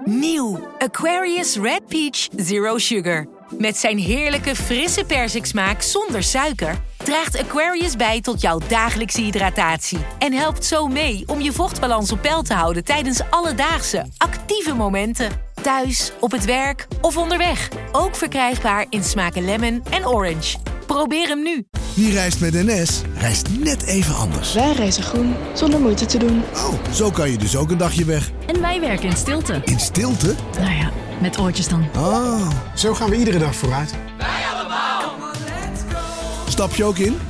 Nieuw Aquarius Red Peach Zero Sugar. Met zijn heerlijke frisse persiksmaak zonder suiker draagt Aquarius bij tot jouw dagelijkse hydratatie. En helpt zo mee om je vochtbalans op peil te houden tijdens alledaagse, actieve momenten. Thuis, op het werk of onderweg. Ook verkrijgbaar in smaken lemon en orange. Probeer hem nu. Wie reist met NS, reist net even anders. Wij reizen groen, zonder moeite te doen. Oh, zo kan je dus ook een dagje weg. En wij werken in stilte. In stilte? Nou ja, met oortjes dan. Oh. Zo gaan we iedere dag vooruit. Wij allemaal. Stap je ook in?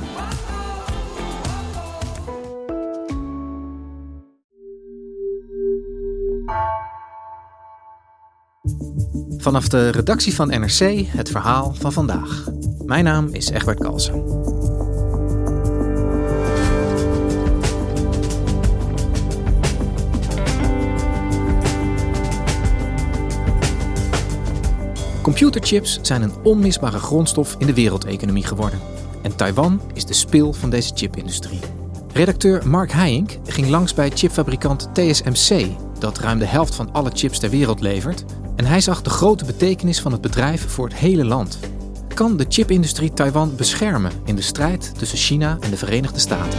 Vanaf de redactie van NRC het verhaal van vandaag. Mijn naam is Egbert Kalsen. Computerchips zijn een onmisbare grondstof in de wereldeconomie geworden. En Taiwan is de spil van deze chipindustrie. Redacteur Mark Heijink ging langs bij chipfabrikant TSMC, dat ruim de helft van alle chips ter wereld levert. En hij zag de grote betekenis van het bedrijf voor het hele land. Kan de chipindustrie Taiwan beschermen in de strijd tussen China en de Verenigde Staten?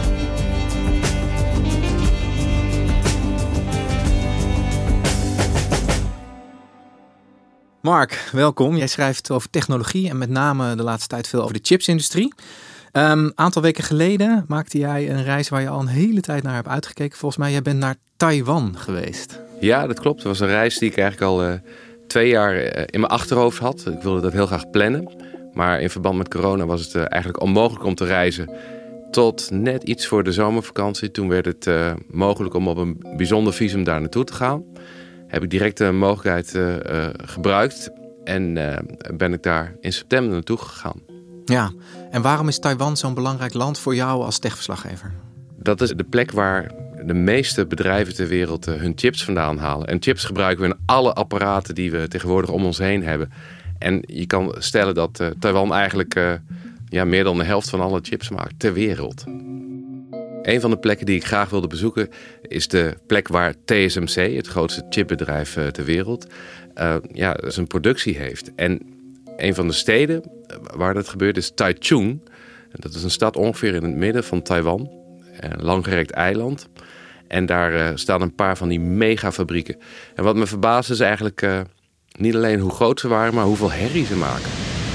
Mark, welkom. Jij schrijft over technologie en met name de laatste tijd veel over de chipsindustrie. Een aantal weken geleden maakte jij een reis waar je al een hele tijd naar hebt uitgekeken. Volgens mij, jij bent naar Taiwan geweest. Ja, dat klopt. Het was een reis die ik eigenlijk al 2 jaar in mijn achterhoofd had. Ik wilde dat heel graag plannen. Maar in verband met corona was het eigenlijk onmogelijk om te reizen. Tot net iets voor de zomervakantie. Toen werd het mogelijk om op een bijzonder visum daar naartoe te gaan. Heb ik direct de mogelijkheid gebruikt. En ben ik daar in september naartoe gegaan. Ja, en waarom is Taiwan zo'n belangrijk land voor jou als techverslaggever? Dat is de plek waar de meeste bedrijven ter wereld hun chips vandaan halen. En chips gebruiken we in alle apparaten die we tegenwoordig om ons heen hebben. En je kan stellen dat Taiwan eigenlijk meer dan de helft van alle chips maakt ter wereld. Een van de plekken die ik graag wilde bezoeken is de plek waar TSMC, het grootste chipbedrijf ter wereld, zijn productie heeft. En een van de steden waar dat gebeurt is Taichung. Dat is een stad ongeveer in het midden van Taiwan. Een langgerekt eiland. En daar staan een paar van die megafabrieken. En wat me verbaasde is eigenlijk niet alleen hoe groot ze waren, maar hoeveel herrie ze maken.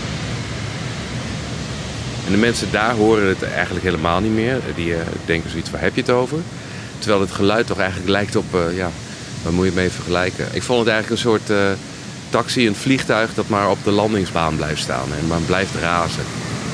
En de mensen daar horen het eigenlijk helemaal niet meer. Die denken zoiets, waar heb je het over? Terwijl het geluid toch eigenlijk lijkt op, waar moet je het mee vergelijken? Ik vond het eigenlijk een soort taxi, een vliegtuig dat maar op de landingsbaan blijft staan en maar blijft razen.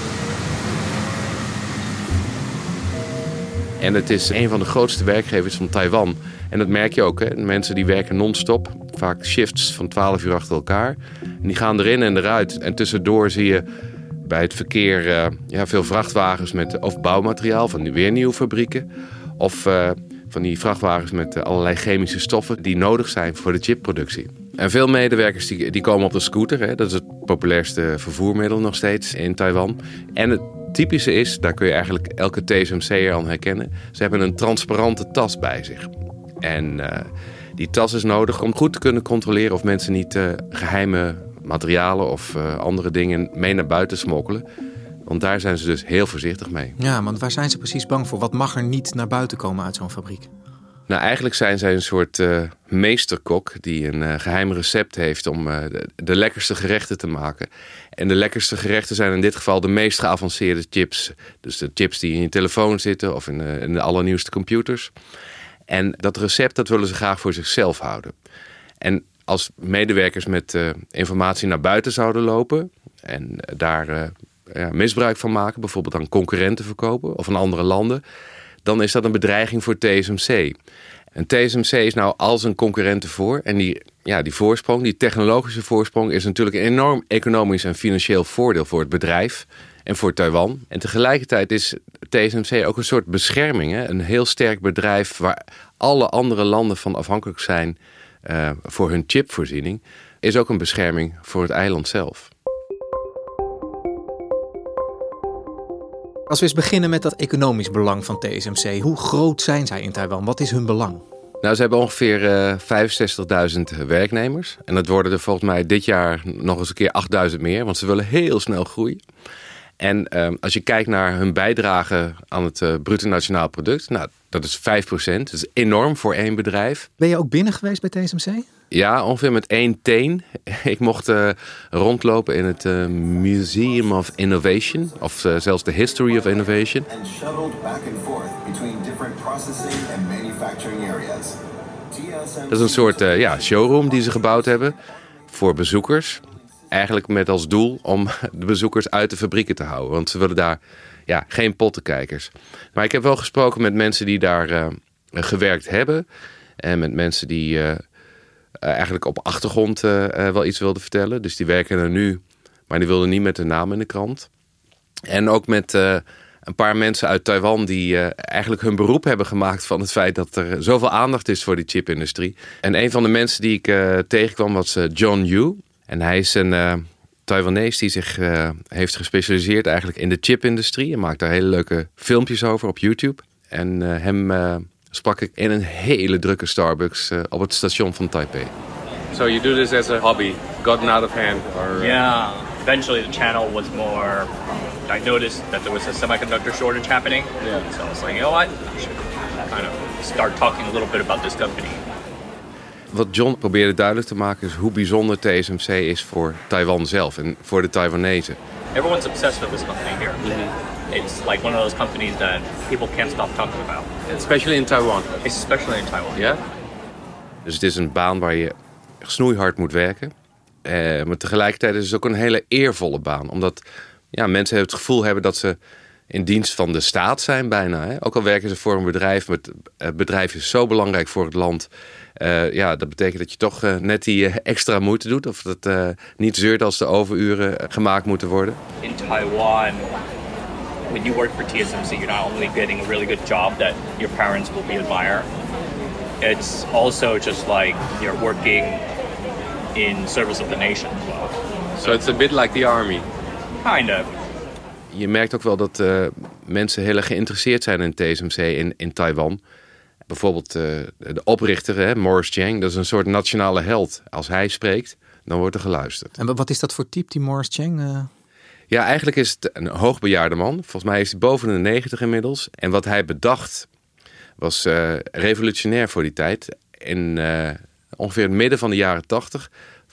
En het is een van de grootste werkgevers van Taiwan. En dat merk je ook, hè? Mensen die werken non-stop. Vaak shifts van 12 uur achter elkaar. En die gaan erin en eruit. En tussendoor zie je bij het verkeer veel vrachtwagens met of bouwmateriaal van die weer nieuwe fabrieken. Of van die vrachtwagens met allerlei chemische stoffen die nodig zijn voor de chipproductie. En veel medewerkers die komen op de scooter. Hè? Dat is het populairste vervoermiddel nog steeds in Taiwan. En het typische is, daar kun je eigenlijk elke TSMC'er aan herkennen. Ze hebben een transparante tas bij zich. En die tas is nodig om goed te kunnen controleren of mensen niet geheime materialen of andere dingen mee naar buiten smokkelen. Want daar zijn ze dus heel voorzichtig mee. Ja, want waar zijn ze precies bang voor? Wat mag er niet naar buiten komen uit zo'n fabriek? Nou, eigenlijk zijn zij een soort meesterkok die een geheim recept heeft om de lekkerste gerechten te maken. En de lekkerste gerechten zijn in dit geval de meest geavanceerde chips. Dus de chips die in je telefoon zitten of in de allernieuwste computers. En dat recept dat willen ze graag voor zichzelf houden. En als medewerkers met informatie naar buiten zouden lopen en daar misbruik van maken, bijvoorbeeld aan concurrenten verkopen of aan andere landen, dan is dat een bedreiging voor TSMC. En TSMC is nou als een concurrent ervoor. En die voorsprong, die technologische voorsprong, is natuurlijk een enorm economisch en financieel voordeel voor het bedrijf en voor Taiwan. En tegelijkertijd is TSMC ook een soort bescherming. Hè? Een heel sterk bedrijf waar alle andere landen van afhankelijk zijn voor hun chipvoorziening, is ook een bescherming voor het eiland zelf. Als we eens beginnen met dat economisch belang van TSMC. Hoe groot zijn zij in Taiwan? Wat is hun belang? Nou, ze hebben ongeveer 65.000 werknemers. En dat worden er volgens mij dit jaar nog eens een keer 8.000 meer. Want ze willen heel snel groeien. En als je kijkt naar hun bijdrage aan het bruto nationaal product... nou, dat is 5%. Dat is enorm voor één bedrijf. Ben je ook binnen geweest bij TSMC? Ja, ongeveer met 1 teen. Ik mocht rondlopen in het Museum of Innovation. Of zelfs de History of Innovation. And shuttled back and forth between different processing and manufacturing areas. Dat is een soort showroom die ze gebouwd hebben voor bezoekers. Eigenlijk met als doel om de bezoekers uit de fabrieken te houden. Want ze willen daar geen pottenkijkers. Maar ik heb wel gesproken met mensen die daar gewerkt hebben. En met mensen die eigenlijk op achtergrond wel iets wilden vertellen. Dus die werken er nu, maar die wilden niet met de naam in de krant. En ook met een paar mensen uit Taiwan die eigenlijk hun beroep hebben gemaakt van het feit dat er zoveel aandacht is voor die chipindustrie. En een van de mensen die ik tegenkwam was John Yu. En hij is een Taiwanees die zich heeft gespecialiseerd eigenlijk in de chipindustrie. En maakt daar hele leuke filmpjes over op YouTube. En hem sprak ik in een hele drukke Starbucks op het station van Taipei. So you do this as a hobby, gotten out of hand? Or, Yeah, eventually the channel was more... I noticed that there was a semiconductor shortage happening. Yeah. So I was like, you know what? I should kind of start talking a little bit about this company. Wat John probeerde duidelijk te maken is hoe bijzonder TSMC is voor Taiwan zelf en voor de Taiwanezen. Everyone's obsessed with this company here. It's like one of those companies that people can't stop talking about. Especially in Taiwan. Especially in Taiwan. Ja? Dus het is een baan waar je snoeihard moet werken. Maar tegelijkertijd is het ook een hele eervolle baan. Omdat mensen het gevoel hebben dat ze in dienst van de staat zijn bijna. Hè? Ook al werken ze voor een bedrijf. Maar het bedrijf is zo belangrijk voor het land. Dat betekent dat je toch net die extra moeite doet. Of dat niet zeurt als de overuren gemaakt moeten worden. In Taiwan, when you work for TSMC, you're not only getting a really good job that your parents will be admire. It's also just like you're working in service of the nation as well. So it's a bit like the army. Kind of. Je merkt ook wel dat mensen heel erg geïnteresseerd zijn in TSMC in Taiwan. Bijvoorbeeld de oprichter, Morris Chang, dat is een soort nationale held. Als hij spreekt, dan wordt er geluisterd. En wat is dat voor type, die Morris Chang? Ja, eigenlijk is het een hoogbejaarde man. Volgens mij is hij boven de 90 inmiddels. En wat hij bedacht was revolutionair voor die tijd. In ongeveer het midden van de jaren 80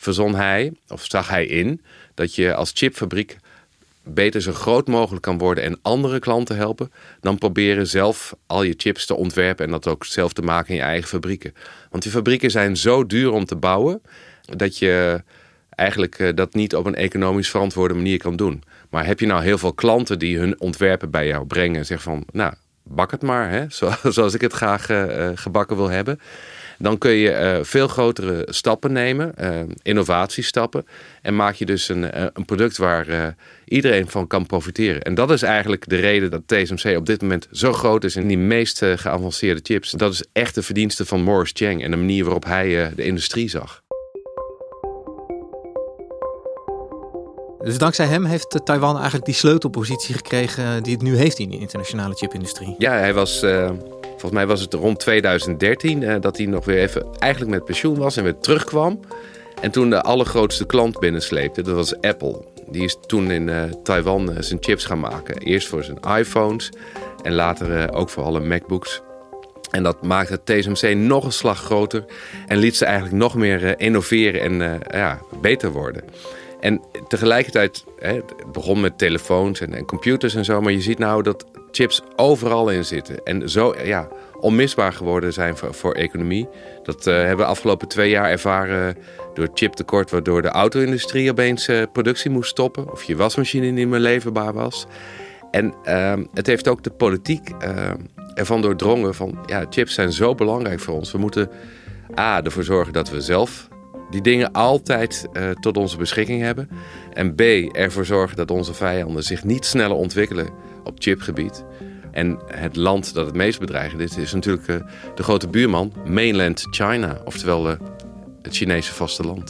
zag hij in dat je als chipfabriek beter zo groot mogelijk kan worden en andere klanten helpen dan proberen zelf al je chips te ontwerpen en dat ook zelf te maken in je eigen fabrieken. Want die fabrieken zijn zo duur om te bouwen dat je eigenlijk dat niet op een economisch verantwoorde manier kan doen. Maar heb je nou heel veel klanten die hun ontwerpen bij jou brengen en zeggen van, nou, bak het maar, hè, zoals ik het graag gebakken wil hebben. Dan kun je veel grotere stappen nemen, innovatiestappen. En maak je dus een product waar iedereen van kan profiteren. En dat is eigenlijk de reden dat TSMC op dit moment zo groot is in die meest geavanceerde chips. Dat is echt de verdienste van Morris Chang en de manier waarop hij de industrie zag. Dus dankzij hem heeft Taiwan eigenlijk die sleutelpositie gekregen die het nu heeft in de internationale chipindustrie. Ja, hij was... Volgens mij was het rond 2013 dat hij nog weer even eigenlijk met pensioen was en weer terugkwam. En toen de allergrootste klant binnensleepte, dat was Apple. Die is toen in Taiwan zijn chips gaan maken. Eerst voor zijn iPhones en later ook voor alle MacBooks. En dat maakte TSMC nog een slag groter en liet ze eigenlijk nog meer innoveren en beter worden. En tegelijkertijd, het begon met telefoons en computers en zo, maar je ziet nou dat chips overal in zitten. En zo onmisbaar geworden zijn voor economie. Dat hebben we de afgelopen 2 jaar ervaren door chiptekort, waardoor de auto-industrie opeens productie moest stoppen. Of je wasmachine niet meer leverbaar was. En het heeft ook de politiek ervan doordrongen van, chips zijn zo belangrijk voor ons. We moeten ervoor zorgen dat we zelf die dingen altijd tot onze beschikking hebben. En B, ervoor zorgen dat onze vijanden zich niet sneller ontwikkelen op chipgebied. En het land dat het meest bedreigend is natuurlijk de grote buurman, mainland China. Oftewel het Chinese vasteland.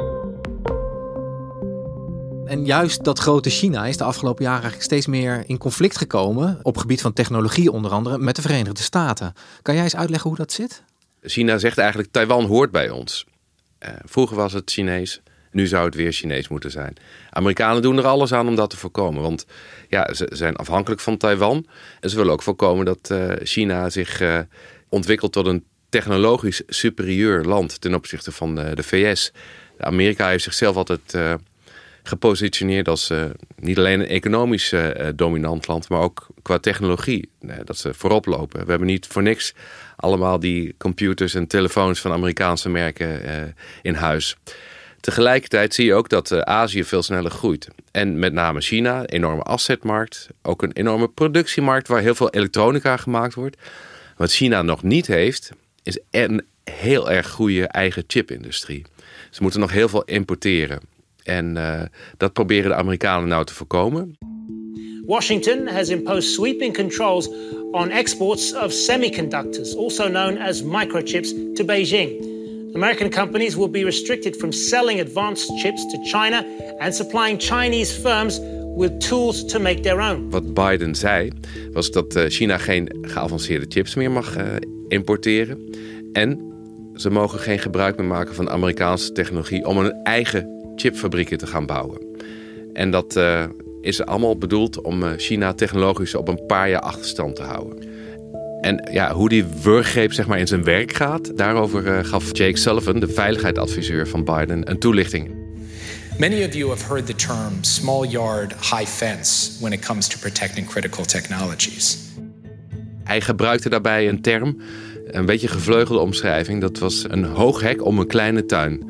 En juist dat grote China is de afgelopen jaren eigenlijk steeds meer in conflict gekomen, op gebied van technologie onder andere, met de Verenigde Staten. Kan jij eens uitleggen hoe dat zit? China zegt eigenlijk, Taiwan hoort bij ons. Vroeger was het Chinees, nu zou het weer Chinees moeten zijn. Amerikanen doen er alles aan om dat te voorkomen. Want ja, ze zijn afhankelijk van Taiwan. En ze willen ook voorkomen dat China zich ontwikkelt tot een technologisch superieur land ten opzichte van de VS. Amerika heeft zichzelf altijd gepositioneerd als niet alleen een economisch dominant land, maar ook qua technologie. Dat ze voorop lopen. We hebben niet voor niks allemaal die computers en telefoons van Amerikaanse merken in huis. Tegelijkertijd zie je ook dat Azië veel sneller groeit. En met name China, een enorme afzetmarkt. Ook een enorme productiemarkt waar heel veel elektronica gemaakt wordt. Wat China nog niet heeft, is een heel erg goede eigen chipindustrie. Ze moeten nog heel veel importeren. En dat proberen de Amerikanen nou te voorkomen. Washington has imposed sweeping controls on exports of semiconductors, also known as microchips, to Beijing. American companies will be restricted from selling advanced chips to China and supplying Chinese firms with tools to make their own. Wat Biden zei, was dat China geen geavanceerde chips meer mag importeren. En ze mogen geen gebruik meer maken van Amerikaanse technologie om een eigen chipfabrieken te gaan bouwen. En dat is allemaal bedoeld om China technologisch op een paar jaar achterstand te houden. En ja, hoe die wurggreep zeg maar in zijn werk gaat, daarover gaf Jake Sullivan, de veiligheidsadviseur van Biden, een toelichting. Many of you have heard the term small yard, high fence when it comes to protecting critical technologies. Hij gebruikte daarbij een term, een beetje gevleugelde omschrijving. Dat was een hoog hek om een kleine tuin.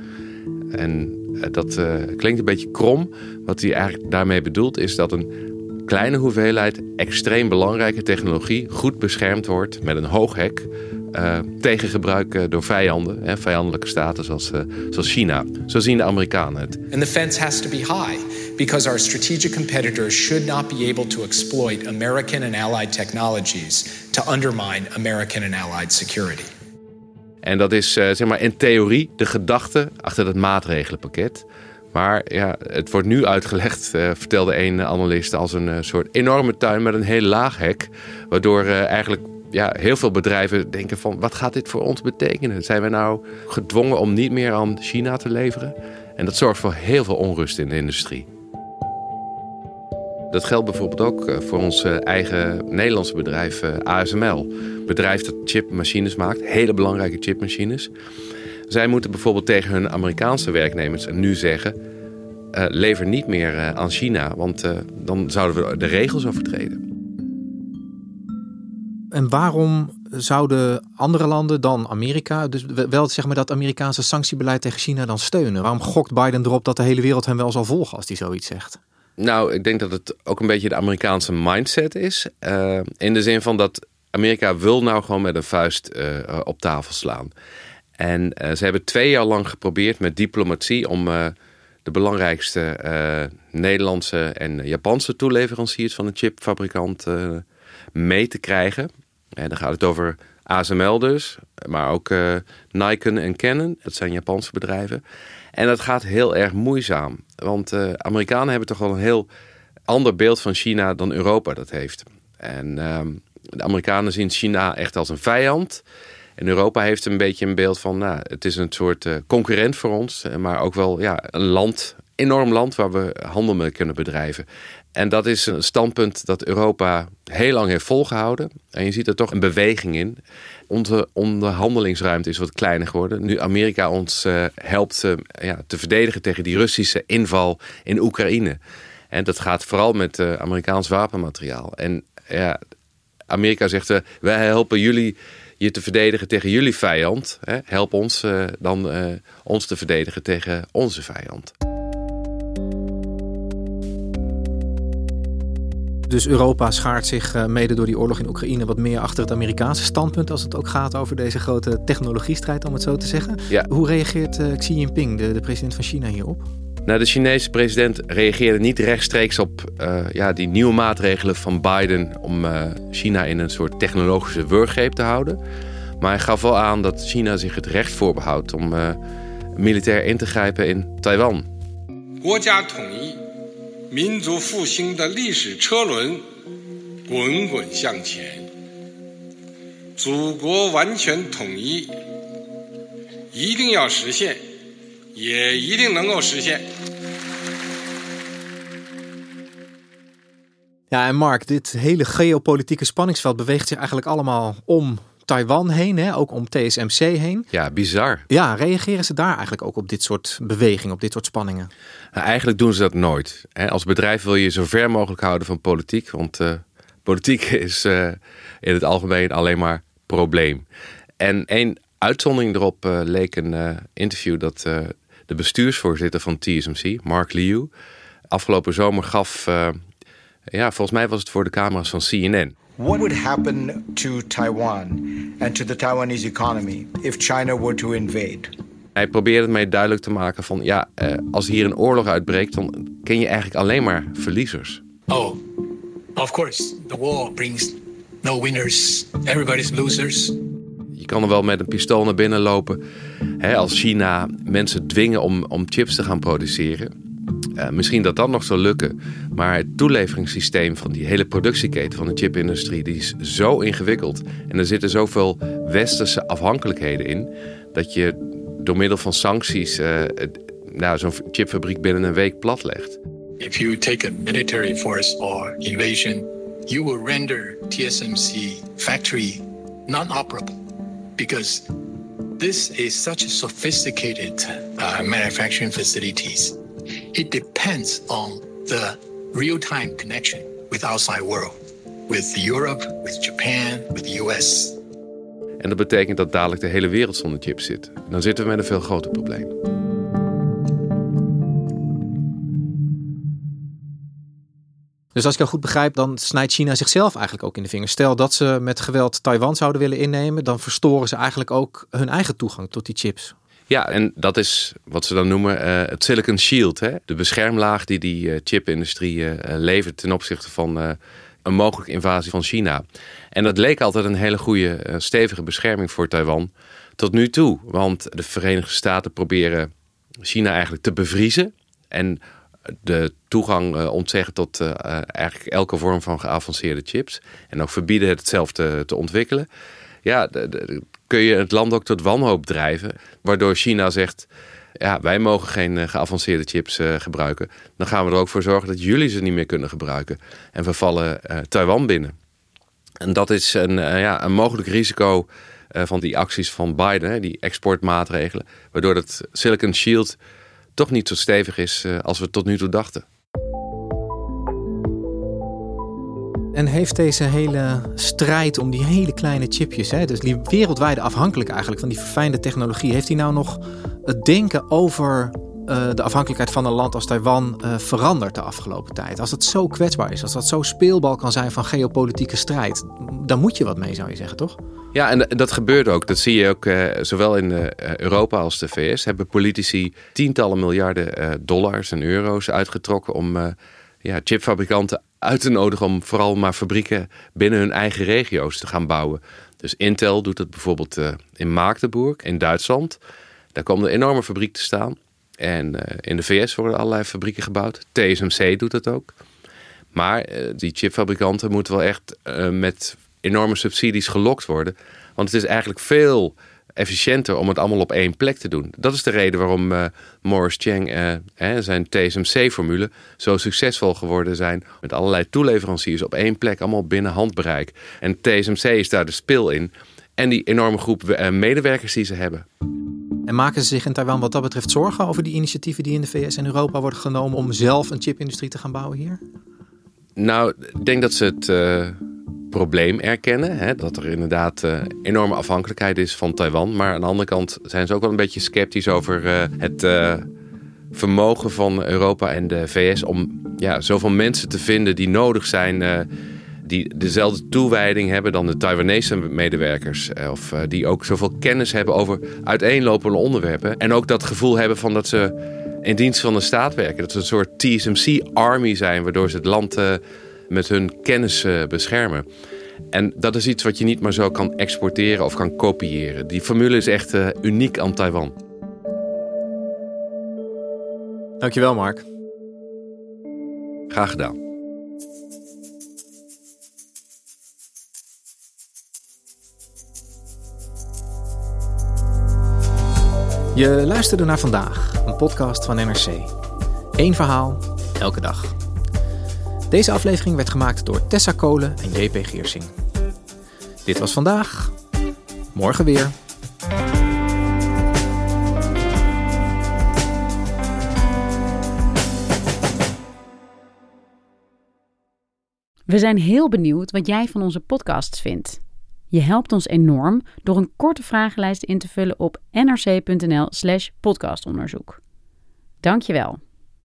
En dat klinkt een beetje krom. Wat hij eigenlijk daarmee bedoelt is dat een kleine hoeveelheid extreem belangrijke technologie goed beschermd wordt met een hoog hek tegen gebruik door vijanden, vijandelijke staten zoals China. Zo zien de Amerikanen het. And the fence has to be high because our strategic competitors should not be able to exploit American and allied technologies to undermine American and allied security. En dat is zeg maar in theorie de gedachte achter het maatregelenpakket. Maar ja, het wordt nu uitgelegd, vertelde een analist, als een soort enorme tuin met een heel laag hek. Waardoor eigenlijk heel veel bedrijven denken van, wat gaat dit voor ons betekenen? Zijn we nou gedwongen om niet meer aan China te leveren? En dat zorgt voor heel veel onrust in de industrie. Dat geldt bijvoorbeeld ook voor ons eigen Nederlandse bedrijf ASML. Een bedrijf dat chipmachines maakt, hele belangrijke chipmachines. Zij moeten bijvoorbeeld tegen hun Amerikaanse werknemers nu zeggen, lever niet meer aan China, want dan zouden we de regels overtreden. En waarom zouden andere landen dan Amerika, dus wel zeg maar dat Amerikaanse sanctiebeleid tegen China dan steunen? Waarom gokt Biden erop dat de hele wereld hem wel zal volgen als hij zoiets zegt? Nou, ik denk dat het ook een beetje de Amerikaanse mindset is. In de zin van dat Amerika wil nou gewoon met een vuist op tafel slaan. En ze hebben 2 jaar lang geprobeerd met diplomatie om de belangrijkste Nederlandse en Japanse toeleveranciers van een chipfabrikant mee te krijgen. Dan gaat het over ASML dus, maar ook Nikon en Canon. Dat zijn Japanse bedrijven. En dat gaat heel erg moeizaam. Want Amerikanen hebben toch wel een heel ander beeld van China dan Europa dat heeft. En de Amerikanen zien China echt als een vijand. En Europa heeft een beetje een beeld van, het is een soort concurrent voor ons. Maar ook wel een land, enorm land waar we handel mee kunnen bedrijven. En dat is een standpunt dat Europa heel lang heeft volgehouden. En je ziet er toch een beweging in. Onze onderhandelingsruimte is wat kleiner geworden. Nu Amerika ons helpt te verdedigen tegen die Russische inval in Oekraïne. En dat gaat vooral met Amerikaans wapenmateriaal. En Amerika zegt, wij helpen jullie je te verdedigen tegen jullie vijand. Help ons dan ons te verdedigen tegen onze vijand. Dus Europa schaart zich mede door die oorlog in Oekraïne wat meer achter het Amerikaanse standpunt als het ook gaat over deze grote technologiestrijd, om het zo te zeggen. Ja. Hoe reageert Xi Jinping, de president van China, hierop? Nou, de Chinese president reageerde niet rechtstreeks op die nieuwe maatregelen van Biden om China in een soort technologische wurggreep te houden. Maar hij gaf wel aan dat China zich het recht voorbehoudt om militair in te grijpen in Taiwan. 国家统一民族复兴的历史车轮滚滚向前，祖国完全统一一定要实现，也一定能够实现。 Ja, en Mark, dit hele geopolitieke spanningsveld beweegt zich eigenlijk allemaal om Taiwan heen, hè? Ook om TSMC heen. Ja, bizar. Ja, reageren ze daar eigenlijk ook op dit soort bewegingen, op dit soort spanningen? Nou, eigenlijk doen ze dat nooit. Als bedrijf wil je zo ver mogelijk houden van politiek. Want politiek is in het algemeen alleen maar probleem. En één uitzondering erop leek een interview dat de bestuursvoorzitter van TSMC, Mark Liu, afgelopen zomer gaf. Volgens mij was het voor de camera's van CNN. What would happen to Taiwan and to the Taiwanese economy if China were to invade? Hij probeerde het mee duidelijk te maken van als hier een oorlog uitbreekt, dan ken je eigenlijk alleen maar verliezers. Oh, of course, the war brings no winners, everybody's losers. Je kan er wel met een pistool naar binnen lopen. Als China mensen dwingen om chips te gaan produceren. Misschien dat nog zou lukken. Maar het toeleveringssysteem van die hele productieketen van de chipindustrie, die is zo ingewikkeld. En er zitten zoveel westerse afhankelijkheden in, dat je door middel van sancties zo'n chipfabriek binnen een week platlegt. If you take a military force or invasion, you will render TSMC factory non-operable. Because this is such a sophisticated manufacturing facilities. It depends on the real-time connection with outside world. With Europe, with Japan, with the US. En dat betekent dat dadelijk de hele wereld zonder chips zit. Dan zitten we met een veel groter probleem. Dus als ik jou goed begrijp, dan snijdt China zichzelf eigenlijk ook in de vingers. Stel dat ze met geweld Taiwan zouden willen innemen, dan verstoren ze eigenlijk ook hun eigen toegang tot die chips. Ja, en dat is wat ze dan noemen het Silicon Shield. Hè? De beschermlaag die chipindustrie levert ten opzichte van een mogelijke invasie van China. En dat leek altijd een hele goede, stevige bescherming voor Taiwan. Tot nu toe, want de Verenigde Staten proberen China eigenlijk te bevriezen. En de toegang ontzeggen tot eigenlijk elke vorm van geavanceerde chips. En ook verbieden het zelf te ontwikkelen. Ja, kun je het land ook tot wanhoop drijven. Waardoor China zegt, wij mogen geen geavanceerde chips gebruiken. Dan gaan we er ook voor zorgen dat jullie ze niet meer kunnen gebruiken. En we vallen Taiwan binnen. En dat is een mogelijk risico van die acties van Biden, die exportmaatregelen. Waardoor het Silicon Shield toch niet zo stevig is als we tot nu toe dachten. En heeft deze hele strijd om die hele kleine chipjes, dus die wereldwijde afhankelijk eigenlijk van die verfijnde technologie, heeft die nou nog het denken over de afhankelijkheid van een land als Taiwan veranderd de afgelopen tijd? Als het zo kwetsbaar is, als dat zo speelbal kan zijn van geopolitieke strijd, dan moet je wat mee, zou je zeggen, toch? Ja, en dat gebeurt ook. Dat zie je ook zowel in Europa als de VS. Hebben politici tientallen miljarden dollars en euro's uitgetrokken om chipfabrikanten uit te nodigen om vooral maar fabrieken binnen hun eigen regio's te gaan bouwen. Dus Intel doet dat bijvoorbeeld in Magdeburg in Duitsland. Daar komt een enorme fabriek te staan. En in de VS worden allerlei fabrieken gebouwd. TSMC doet dat ook. Maar die chipfabrikanten moeten wel echt met enorme subsidies gelokt worden. Want het is eigenlijk veel efficiënter om het allemaal op één plek te doen. Dat is de reden waarom Morris Chang zijn TSMC-formule zo succesvol geworden zijn. Met allerlei toeleveranciers op één plek, allemaal binnen handbereik. En TSMC is daar de spil in. En die enorme groep medewerkers die ze hebben. En maken ze zich in Taiwan wat dat betreft zorgen over die initiatieven die in de VS en Europa worden genomen om zelf een chipindustrie te gaan bouwen hier? Nou, ik denk dat ze het probleem erkennen. Dat er inderdaad enorme afhankelijkheid is van Taiwan. Maar aan de andere kant zijn ze ook wel een beetje sceptisch over het vermogen van Europa en de VS om zoveel mensen te vinden die nodig zijn, die dezelfde toewijding hebben dan de Taiwanese medewerkers. Of die ook zoveel kennis hebben over uiteenlopende onderwerpen. En ook dat gevoel hebben van dat ze in dienst van de staat werken. Dat ze een soort TSMC-army zijn, waardoor ze het land met hun kennis beschermen. En dat is iets wat je niet maar zo kan exporteren of kan kopiëren. Die formule is echt uniek aan Taiwan. Dankjewel, Mark. Graag gedaan. Je luisterde naar Vandaag, een podcast van NRC. Eén verhaal, elke dag. Deze aflevering werd gemaakt door Tessa Kolen en JP Geersing. Dit was Vandaag. Morgen weer. We zijn heel benieuwd wat jij van onze podcasts vindt. Je helpt ons enorm door een korte vragenlijst in te vullen op nrc.nl/podcastonderzoek. Dank je wel.